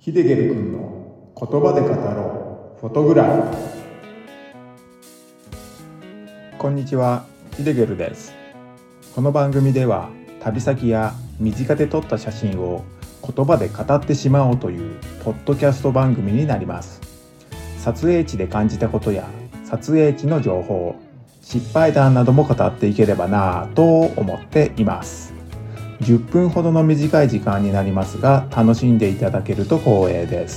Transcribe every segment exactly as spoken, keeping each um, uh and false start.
ヒデゲル君の言葉で語ろうフォトグラフ。こんにちは、ヒデゲルです。この番組では旅先や身近で撮った写真を言葉で語ってしまおうというポッドキャスト番組になります。撮影地で感じたことや撮影地の情報、失敗談なども語っていければなぁと思っています。じゅっぷんほどの短い時間になりますが、楽しんでいただけると光栄です。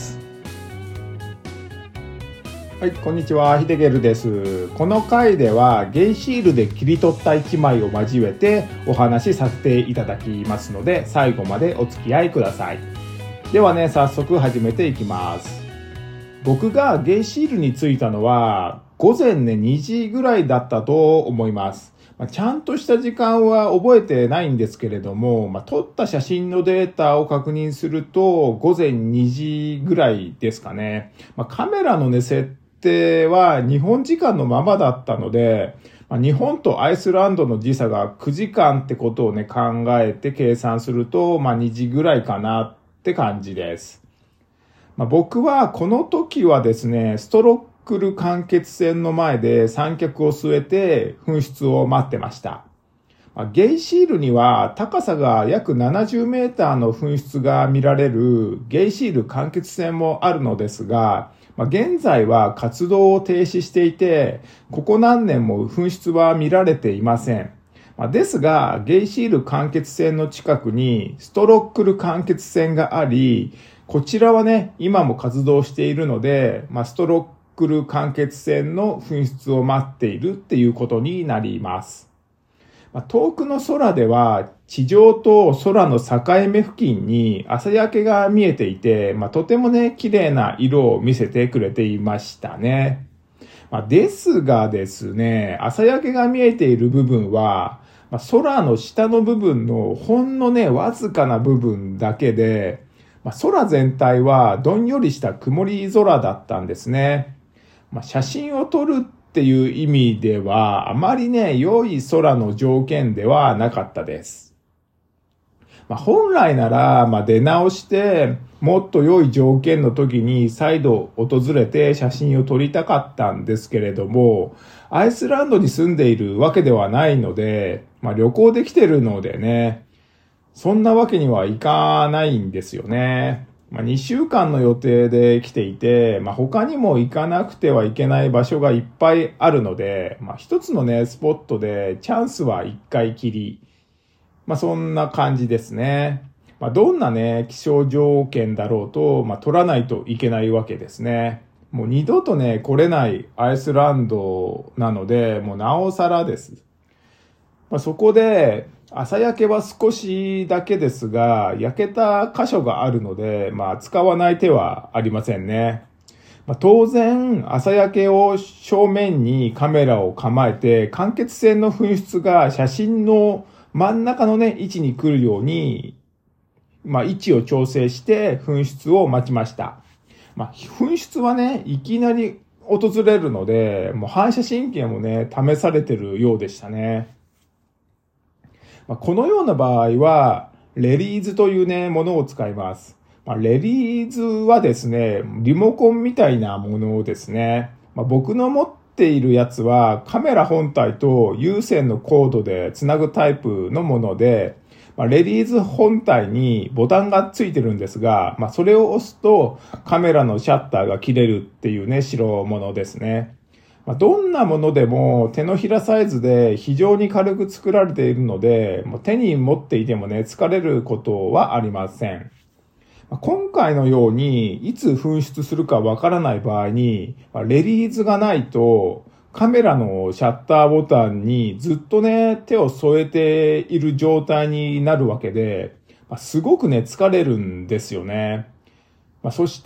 はい、こんにちは、ヒデゲルです。この回ではゲイシールで切り取ったいちまいを交えてお話しさせていただきますので、最後までお付き合いください。ではね、早速始めていきます。僕がゲイシールに着いたのは午前ねにじぐらいだったと思います。まあ、ちゃんとした時間は覚えてないんですけれども、まあ、撮った写真のデータを確認すると午前にじぐらいですかね。まあ、カメラのね設定は日本時間のままだったので、まあ、日本とアイスランドの時差がくじかんってことをね考えて計算すると、まあ、にじぐらいかなって感じです。まあ、僕はこの時はですね、ストロックル間欠泉の前で三脚を据えて噴出を待ってました。まあ、ゲイシールには高さが約ななじゅうメーターの噴出が見られるゲイシール間欠泉もあるのですが、まあ、現在は活動を停止していて、ここ何年も噴出は見られていません。まあ、ですが、ゲイシール間欠泉の近くにストロックル間欠泉があり、こちらはね、今も活動しているので、まあ、ストロックル間欠泉の噴出を待っているっていうことになります。まあ、遠くの空では、地上と空の境目付近に朝焼けが見えていて、まあ、とてもね、綺麗な色を見せてくれていましたね。まあ、ですがですね、朝焼けが見えている部分は、まあ、空の下の部分のほんのね、わずかな部分だけで、まあ、空全体はどんよりした曇り空だったんですね。まあ、写真を撮るっていう意味ではあまりね、良い空の条件ではなかったです。まあ、本来なら、まあ、出直してもっと良い条件の時に再度訪れて写真を撮りたかったんですけれども、アイスランドに住んでいるわけではないので、まあ、旅行できてるのでね、そんなわけにはいかないんですよね。まあ、にしゅうかんの予定で来ていて、まあ、他にも行かなくてはいけない場所がいっぱいあるので、まあ、一つのね、スポットでチャンスは一回きり。まあ、そんな感じですね。まあ、どんなね、気象条件だろうと、まあ、取らないといけないわけですね。もう二度とね、来れないアイスランドなので、もうなおさらです。まあ、そこで、朝焼けは少しだけですが、焼けた箇所があるので、まあ、使わない手はありませんね。まあ、当然、朝焼けを正面にカメラを構えて、間欠泉の噴出が写真の真ん中のね、位置に来るように、まあ、位置を調整して噴出を待ちました。まあ、噴出はね、いきなり訪れるので、もう反射神経もね、試されてるようでしたね。このような場合は、レリーズというね、ものを使います。まあ、レリーズはですね、リモコンみたいなものですね。まあ、僕の持っているやつはカメラ本体と有線のコードでつなぐタイプのもので、まあ、レリーズ本体にボタンがついてるんですが、まあ、それを押すとカメラのシャッターが切れるっていうね、代物ですね。どんなものでも手のひらサイズで非常に軽く作られているので、手に持っていてもね、疲れることはありません。今回のように、いつ噴出するかわからない場合に、レリーズがないと、カメラのシャッターボタンにずっとね、手を添えている状態になるわけで、すごくね、疲れるんですよね。そして、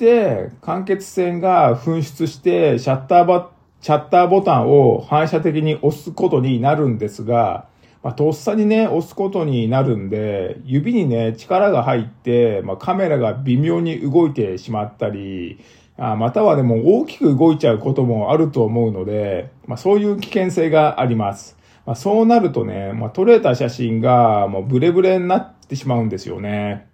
間欠泉が噴出して、シャッターボタンシャッターボタンを反射的に押すことになるんですが、まあ、とっさにね、押すことになるんで、指にね、力が入って、まあ、カメラが微妙に動いてしまったり、あまたはでも大きく動いちゃうこともあると思うので、まあ、そういう危険性があります。まあ、そうなるとね、まあ、撮れた写真がもうブレブレになってしまうんですよね。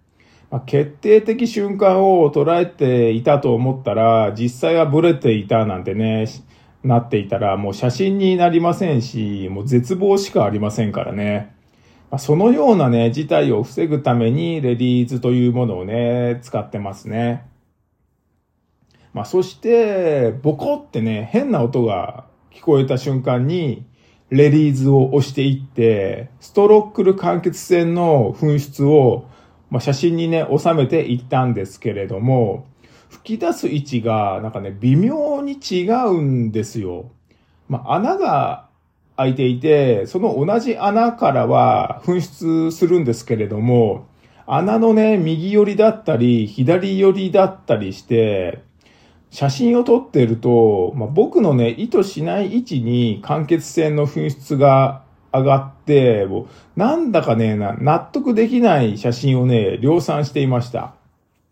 まあ、決定的瞬間を捉えていたと思ったら、実際はブレていたなんてね、なっていたらもう写真になりませんし、もう絶望しかありませんからね。まあ、そのようなね、事態を防ぐためにレディーズというものをね、使ってますね。まあ、そして、ボコってね、変な音が聞こえた瞬間に、レディーズを押していって、ストロックル間欠泉の噴出を、まあ、写真にね、収めていったんですけれども、吹き出す位置が、なんかね、微妙に違うんですよ。まあ、穴が開いていて、その同じ穴からは噴出するんですけれども、穴のね、右寄りだったり、左寄りだったりして、写真を撮っていると、まあ、僕のね、意図しない位置に間欠泉の噴出が上がって、もうなんだかね、納得できない写真をね、量産していました。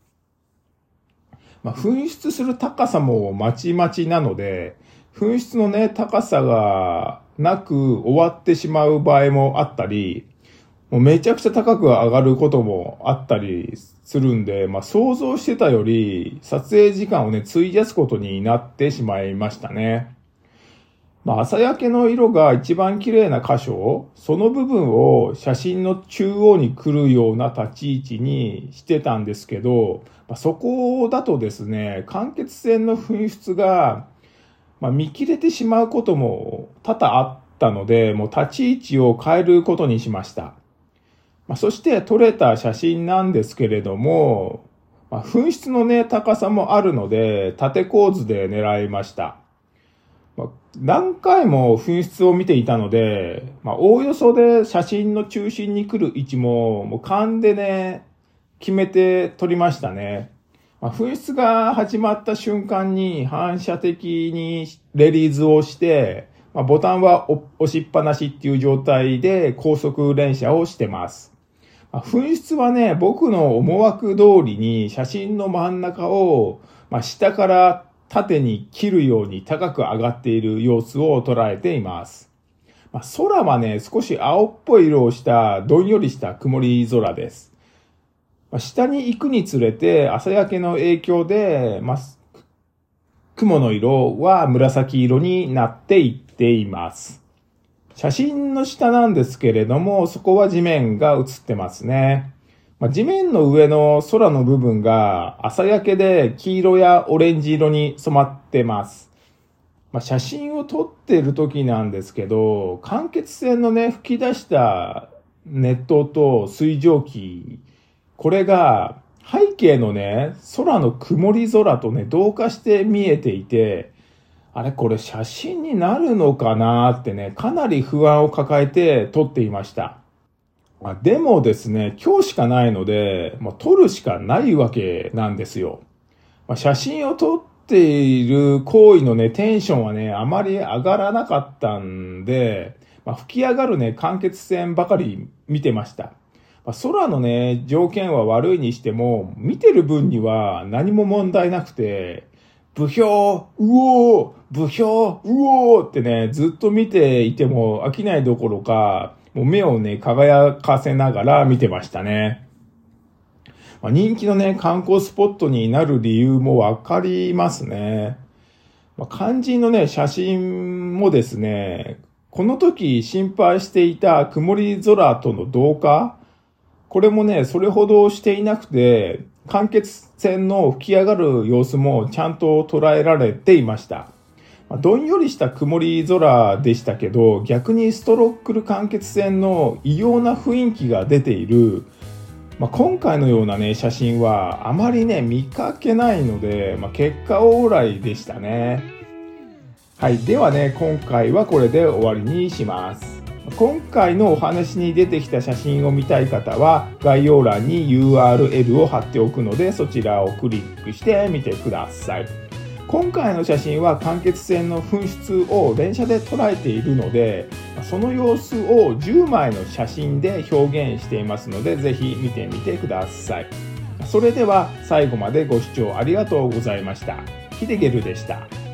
まあ、噴出する高さもまちまちなので、噴出のね、高さがなく終わってしまう場合もあったり、もうめちゃくちゃ高く上がることもあったりするんで、まあ想像してたより撮影時間をね、費やすことになってしまいましたね。まあ朝焼けの色が一番綺麗な箇所、その部分を写真の中央に来るような立ち位置にしてたんですけど、まあ、そこだとですね、間欠泉の噴出が、まあ、見切れてしまうことも多々あったので、もう立ち位置を変えることにしました。まあ、そして撮れた写真なんですけれども、まあ、噴出のね、高さもあるので、縦構図で狙いました。まあ、何回も噴出を見ていたので、まあ、おおよそで写真の中心に来る位置も、もう勘でね、決めて撮りましたね。まあ、噴出が始まった瞬間に反射的にレリーズをして、まあ、ボタンは押しっぱなしっていう状態で高速連写をしてます。まあ、噴出はね、僕の思惑通りに写真の真ん中を、まあ、下から縦に切るように高く上がっている様子を捉えています。まあ、空はね、少し青っぽい色をしたどんよりした曇り空です。まあ、下に行くにつれて朝焼けの影響で、まあ、雲の色は紫色になっていっています。写真の下なんですけれども、そこは地面が映ってますね。まあ、地面の上の空の部分が朝焼けで黄色やオレンジ色に染まってます。まあ、写真を撮っている時なんですけど、間欠泉のね、吹き出した熱湯と水蒸気、これが背景のね、空の曇り空とね、同化して見えていて、あれこれ写真になるのかなってね、かなり不安を抱えて撮っていました。でもですね、今日しかないので、もう撮るしかないわけなんですよ。写真を撮っている行為のね、テンションはね、あまり上がらなかったんで、まあ、吹き上がるね、間欠泉ばかり見てました。まあ、空のね、条件は悪いにしても、見てる分には何も問題なくて、ブヒョー、うおー、ブヒョー、うおーってね、ずっと見ていても飽きないどころか、もう目をね、輝かせながら見てましたね。まあ、人気のね、観光スポットになる理由もわかりますね。まあ、肝心のね、写真もですね、この時心配していた曇り空との同化、これもね、それほどしていなくて、間欠泉の吹き上がる様子もちゃんと捉えられていました。どんよりした曇り空でしたけど、逆にストロックル間欠泉の異様な雰囲気が出ている、まあ、今回のようなね、写真はあまりね、見かけないので、まあ、結果オーライでしたね。はい。ではね、今回はこれで終わりにします。今回のお話に出てきた写真を見たい方は概要欄に ユーアールエル を貼っておくのでそちらをクリックしてみてください。今回の写真は間欠泉の噴出を連写で捉えているのでその様子をじゅうまいの写真で表現していますのでぜひ見てみてください。それでは最後までご視聴ありがとうございました。ヒデゲルでした。